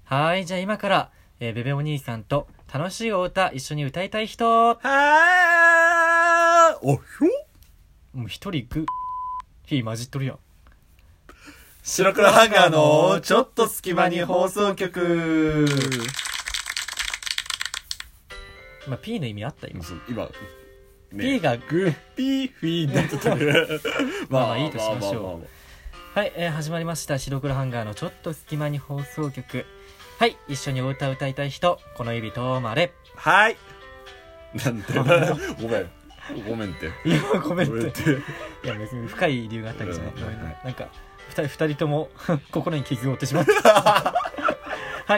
はい、じゃあ今から、ベベお兄さんと楽しいお歌一緒に歌いたい人。 はーおひょもう一人グフィー混じっとるやん。 白黒ハンガーのちょっと隙間に放送局。 まあ、P の意味あった今。 今、ね、 P がグッピーフィーになってたね。 まあいいとしましょう。はい、始まりました白黒ハンガーのちょっと隙間に放送局。はい、一緒にお歌を歌いたい人、この指とまれ。 はい。なんてごめんって。 いやごめんって。いや別に深い理由があったわけじゃない。ごめんね。なんか二人とも心に傷を負ってしまった。はい、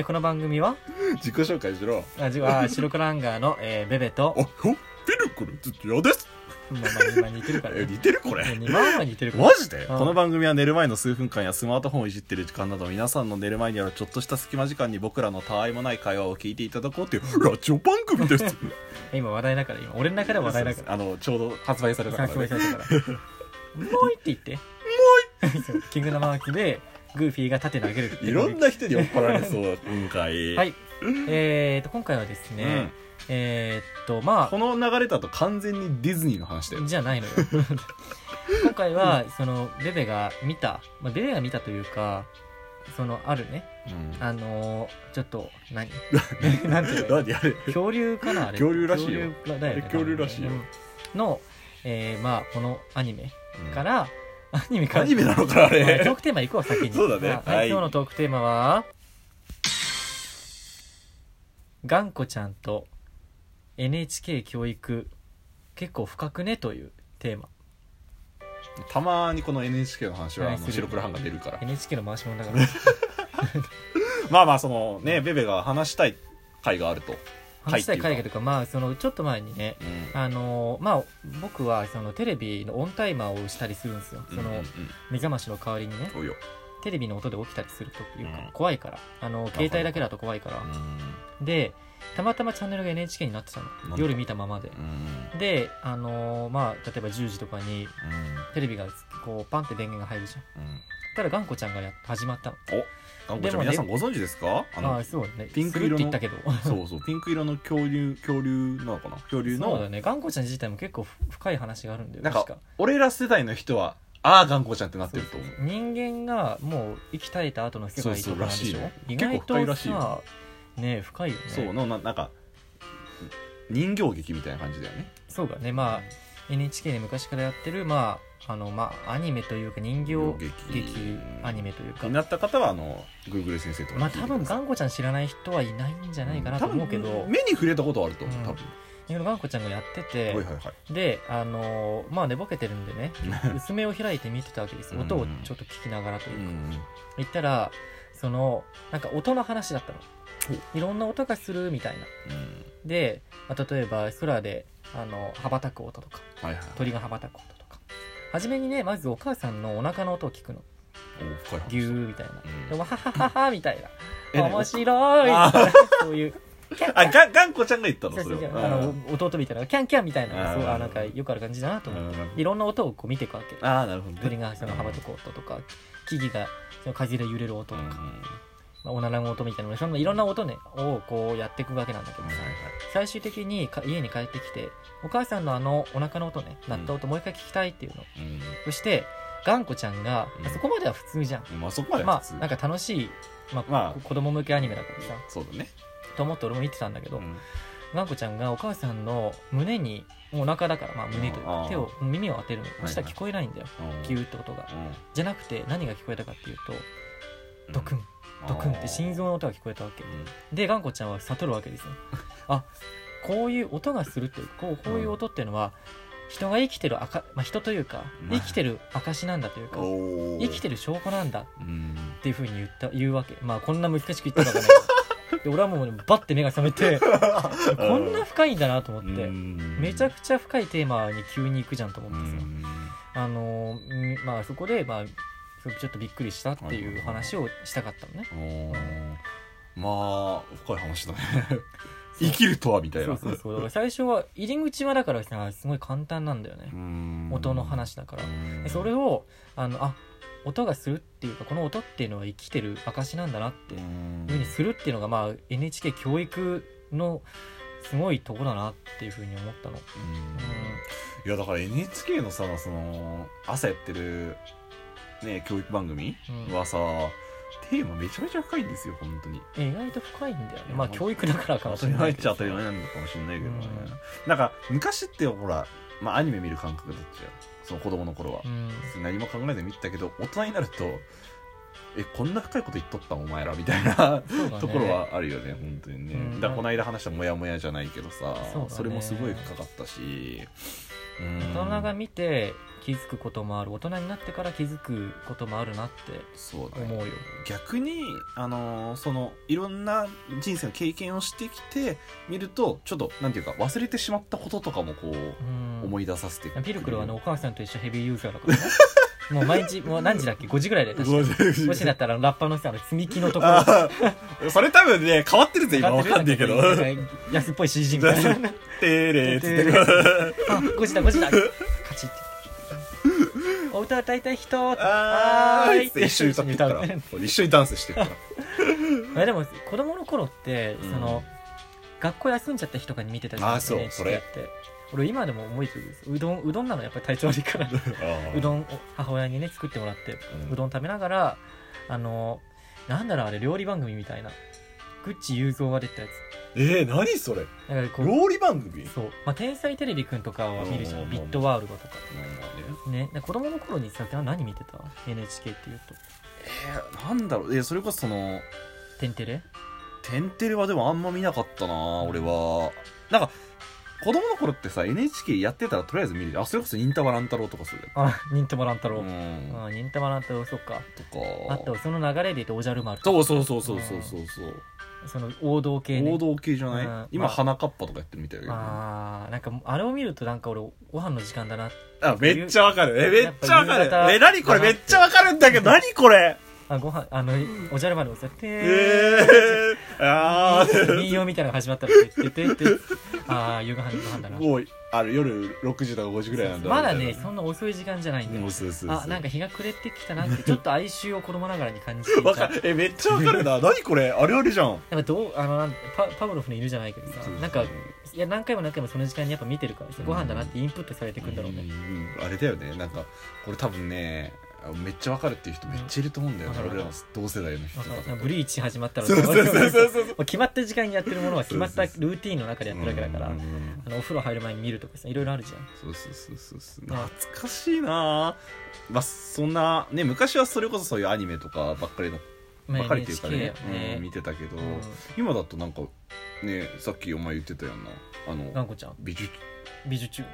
この番組は自己紹介しろ。 白黒ハンガーの、ベベとピルクルずっと嫌です。 まあ今似てるから、ね、 似てるこれ。 まあ似てるから。 マジで、この番組は寝る前の数分間やスマートフォンをいじってる時間など、皆さんの寝る前にあるちょっとした隙間時間に僕らのたわいもない会話を聞いていただこうというラジオ番組です。 今話題だから、今俺の中では話題だから。 ちょうど発売されたから、ね、 もういって言ってもういキングダムマークでグーフィーが盾投げる。 いろんな人に怒られそう今回。 はい、今回はですね、まあこの流れだと完全にディズニーの話だよ。 じゃないのよ。今回はそのベベが見た、ベベが見たというか、そのあるね、ちょっとなんていうの恐竜かな、あれ恐竜らしいよ。 恐竜らしいよの、まあこのアニメから、アニメなのかあれ。トークテーマいくわ先に。 そうだね。 はい、今日のトークテーマはがんこちゃんと NHK 教育結構深くねというテーマ。 たまにこの NHK の話は白黒ハンガー出るから。 NHK の回し物だからまあそのね、ベベが話したい回があると。 話したい回とか、まあそのちょっと前にね、まあ僕はそのテレビのオンタイマーをしたりするんですよ。その目覚ましの代わりにね、テレビの音で起きたりするというか、怖いから、携帯だけだと怖いから、でたまたまチャンネルが NHK になってたの、夜見たままで。でまあ例えば10時とかにテレビがこうパンって電源が入るじゃん。たらがんこちゃんが始まったの。 がんこちゃん皆さんご存知ですか？ そうね、 ピンク色のって言ったけどそうピンク色の恐竜なのかな、恐竜の。 そうだね、がんこちゃん自体も結構深い話があるんだよ。 なんか俺ら世代の人はがんこちゃんってなってると思う。 人間がもう生き絶えた後の世界とかなんでしょ。意外とさね、深いよね。 そうなんか人形劇みたいな感じだよね。 そうだね。まあ NHK で昔からやってるアニメというか人形劇アニメというかになった方はGoogle 先生とか多分がんこちゃん知らない人はいないんじゃないかなと思うけど、 目に触れたことはあると思う。多分がんこちゃんがやってて、でまあ寝ぼけてるんでね、薄目を開いて見てたわけですよ。音をちょっと聞きながらというか。言ったらそのなんか音の話だったの。いろんな音がするみたいな。で例えば空で羽ばたく音とか、鳥が羽ばたく音とか、初めにね、まずお母さんのお腹の音を聞くの。ギューみたいな、でもははははみたいな、面白いみたいな、そういうがんこちゃんが言ったの。それ弟みたいなキャンキャンみたいな、そうなんかよくある感じだなと思って、いろんな音をこう見ていくわけ。 なるほど。 鳥がその羽ばたく音とか、木々がその風で揺れる音とか、おならの音みたいな、そのいろんな音ねをこうやっていくわけなんだけどさ、最終的に家に帰ってきて、お母さんのお腹の音ね、鳴った音もう一回聞きたいっていうの。そしてがんこちゃんが、そこまでは普通じゃん。 そこまでは普通。 なんか楽しい、子供向けアニメだからさ。 そうだね。 と思って俺も見てたんだけど、がんこちゃんがお母さんの胸に、お腹だから胸というか耳を当てるの。そしたら聞こえないんだよ、ギューって音が。じゃなくて何が聞こえたかっていうと、ドクンドクンって心臓の音が聞こえたわけで、がんこちゃんは悟るわけですよ。こういう音がするっていう、こういう音っていうのは人が生きてる人というか生きてる証なんだというか、生きてる証拠なんだっていう風に言うわけ。こんな難しく言ったかわかんないけど、俺はもうバッて目が覚めてこんな深いんだなと思って、めちゃくちゃ深いテーマに急に行くじゃんと思ってさ、そこでちょっとびっくりしたっていう話をしたかったのね。 深い話だね。生きるとはみたいな。 そうだから最初は入り口はだからさ、すごい簡単なんだよね。音の話だから。それを音がするっていうか、この音っていうのは生きてる証なんだなっていう風にするっていうのが、まあ NHK 教育のすごいとこだなっていう風に思ったの。 いやだから NHK のさ、その朝やってるね教育番組はさ、テーマめちゃめちゃ深いんですよ本当に。 意外と深いんだよね。まあ教育だからかもし当たりれないけど前っちゃ当たり前なんだかもしれないけどね。なんか昔ってほら、まあアニメ見る感覚だったじゃん、その子供の頃は。何も考えず見てたけど、大人になるとこんな深いこと言っとったんお前らみたいな、ところはあるよね本当にね。だからこの間話したモヤモヤじゃないけどさ、それもすごい深かったし、 大人が見て気づくこともある、大人になってから気づくこともあるなって思うよ。 逆にそのいろんな人生の経験をしてきて見ると、ちょっとなんていうか忘れてしまったこととかもこう思い出させてくる。 ピルクルはお母さんと一緒ヘビーユーザーだからねもう毎日、もう何時だっけ、5時ぐらいで確かに5時だったらラッパーの人積み木のところそれ多分ね変わってるぜ今わかんないけど安っぽい CG みたいなてれーつって 5時だカチッてお歌歌いたい人あーって一緒に歌ってるから一緒にダンスしてるからでも子供の頃ってその学校休んじゃった日とかに見てたじゃん。 そうそれ俺今でも覚えてるんです。うどんなのやっぱり体調悪いからうどんを母親にね作ってもらって、うどん食べながらなんだろうあれ、料理番組みたいなグッチ雄三が出たやつ。 何それ、 だから料理番組。 そう、まあ、天才テレビくんとかは見るじゃん、ビットワールドとかね。子供の頃にさ何見てた NHK っていうと。 なんだろう、それこそそのテンテレはでもあんま見なかったな俺は。なんか子供の頃ってさ NHK やってたらとりあえず見る。それこそ忍たま乱太郎とかそうだよ。 忍たま乱太郎、忍たま乱太郎、そっか。 とかあとその流れで言うとおじゃる丸。 そうその王道系ね。 王道系じゃない、今花かっぱとかやってるみたいだけど、 なんかあれを見るとなんか俺ご飯の時間だな。 めっちゃわかる。めっちゃわかる。何これめっちゃわかるんだけど何これ。 ご飯おじゃる丸をさ民謡みたいなのが始まったら夕飯だな。 もう夜6時とか5時ぐらいなんだ。 まだねそんな遅い時間じゃないんだよ。 なんか日が暮れてきたなってちょっと哀愁を子供ながらに感じていた。 めっちゃわかるな。何これあれじゃん。 なんかパブロフの犬じゃないけどさ、なんかいや何回もその時間にやっぱ見てるからさ、ご飯だなってインプットされてくんだろうね。 あれだよね。なんかこれ多分ねめっちゃわかるっていう人めっちゃいると思うんだよね。俺らの同世代の人とか。 ブリーチ始まったら決まった時間にやってるものは決まったルーティーンの中でやってるわけだから、お風呂入る前に見るとかさ、いろいろあるじゃん。懐かしいな。まあそんなね、昔はそれこそそういうアニメとかばっかりっていうかね見てたけど、今だとなんかね、さっきお前言ってたようなガンコちゃんビジュチュ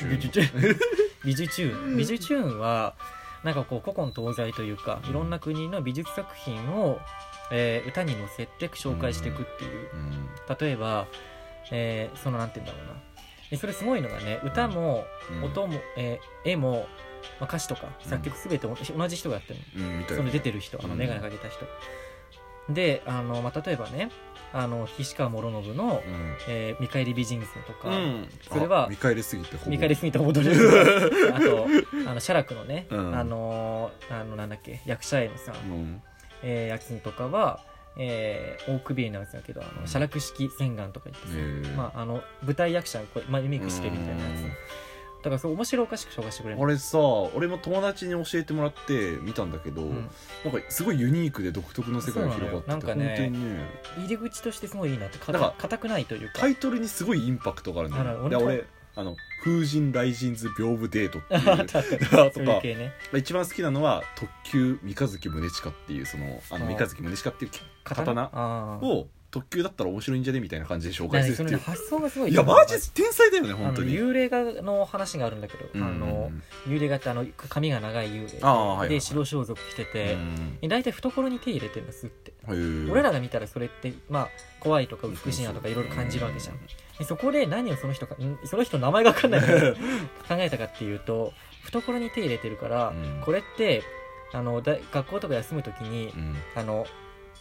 ーンはなんかこう古今東西というかいろんな国の美術作品を、歌に乗せて紹介していくっていう、例えば、そのなんて言うんだろうな、それすごいのがね、歌も音も、絵も、まあ、歌詞とか作曲すべて同じ人がやってるの、その出てる人、眼鏡かけた人で、まあ、例えばね菱川師宣の、見返り美人図とか、それは見返りすぎて踊れるあと写楽のね、なんだっけ、役者絵のさ、やつとかは、オークビエなんですけど写楽式洗顔とか言ってさ、まあ、舞台役者にこう、リメイクしてるみたいなやつだからそう面白おかしく紹介してくれる。 俺も友達に教えてもらって見たんだけど、なんかすごいユニークで独特の世界が広がってて、 なんかね、 本当にね入り口としてすごいいいなって、硬くないというかタイトルにすごいインパクトがあるんだよ。で俺風神雷神図屏風デートっていうとか、一番好きなのは特急三日月宗近っていう三日月宗近っていう刀を特急だったら面白いんじゃねみたいな感じで紹介するっていう。 発想がすごい。 いやマジ天才だよね本当に。 幽霊画の話があるんだけど、幽霊画って髪が長い幽霊で白装束着てて、大体懐に手入れてるんですって。俺らが見たらそれってまあ怖いとか美しいなとかいろいろ感じるわけじゃん。そこで何をその人の名前が分かんないから考えたかっていうと、懐に手入れてるから、これって学校とか休む時に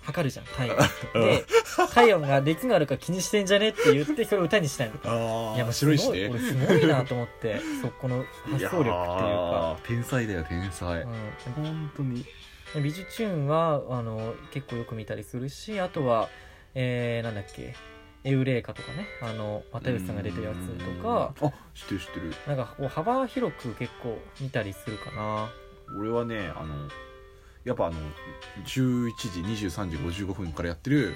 測るじゃん体温で体温が熱があるから気にしてんじゃねって言ってそれを歌にしたいのとか。いや面白いしね。 俺すごいなと思ってそこの発想力っていうか天才だよ天才、本当に。 ビジュチューンは結構よく見たりするし、あとはなんだっけエウレーカとかね、又吉さんが出てるやつとか。 あ、知ってる知ってる。 なんかこう幅広く結構見たりするかな。 俺はねやっぱ11時23時55分からやってる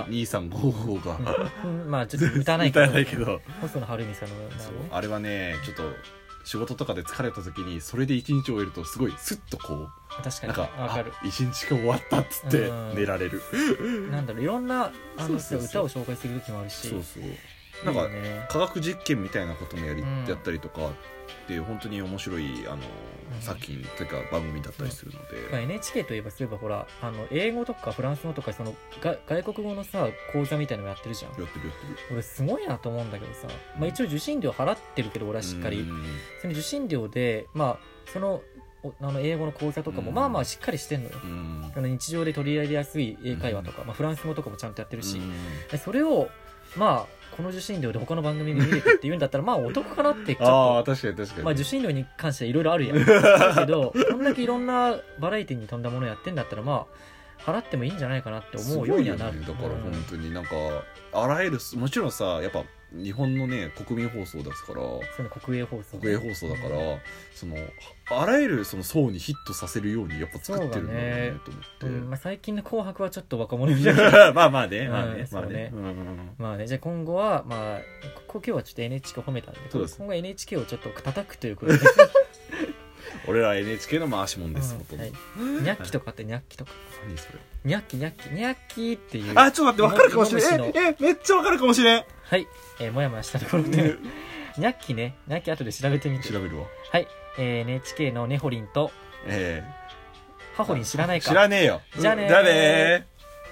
2355が、 まあちょっと歌わないけど細野晴臣さんの、ね、 あれはねちょっと仕事とかで疲れた時にそれで一日終えるとすごいスッとこう確かになんか分かる一日が終わったっつって寝られる。 なんだろういろんな歌を紹介する時もあるし、 そうそうなんか科学実験みたいなこともやったりとかって本当に面白い作品というか番組だったりするので、 NHK といえばそういえばほら英語とかフランス語とかその外国語のさ講座みたいなのやってるじゃん。 やってる俺すごいなと思うんだけどさ、まあ、一応受信料払ってるけど俺はしっかりその受信料でまあその英語の講座とかもまあまあしっかりしてんのよ。日常で取り入れやすい英会話とか、まあ、フランス語とかもちゃんとやってるし、それをまあこの受信料で他の番組で見れてって言うんだったらまあお得かなってちょっと確かにまあ受信料に関してはいろいろあるやんだけどこんだけいろんなバラエティに富んだものやってんだったらまあ払ってもいいんじゃないかなって思うようにはなる。 だから本当になんかあらゆるもちろんさやっぱ日本のね国民放送ですからその国営放送だからそのあらゆるその層にヒットさせるようにやっぱ作ってるんだよねと思って、 まあ、最近の紅白はちょっと若者みたいなまあねまあねじゃあ今後はまあ今日はちょっと NHK を褒めたんで今後 NHK をちょっと叩くということで俺ら NHK の回しもんです、 ニャッキとかってニャッキとか何それニャッキっていうちょっと待って分かるかもしれんめっちゃ分かるかもしれん。 はい、もやもやしたところでニャッキねニャッキ後で調べてみて。 調べるわ。 はい、NHK のねほりんとハホリン知らないか。 知らねえよ。 じゃあね